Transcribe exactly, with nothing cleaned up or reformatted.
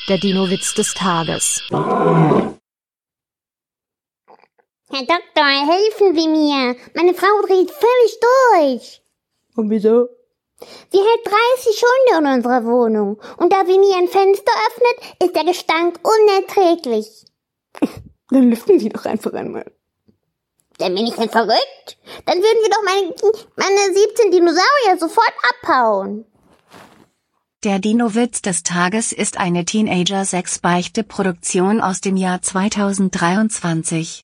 Der Dino-Witz des Tages. Herr Doktor, helfen Sie mir. Meine Frau dreht völlig durch. Und wieso? Sie hält dreißig Hunde in unserer Wohnung. Und da sie nie ein Fenster öffnet, ist der Gestank unerträglich. Dann lüften Sie doch einfach einmal. Dann bin ich denn verrückt? Dann würden wir doch meine, meine siebzehn Dinosaurier sofort abhauen. Der Dino-Witz des Tages ist eine Teenager-sechs-Beichte-Produktion aus dem Jahr zweitausenddreiundzwanzig.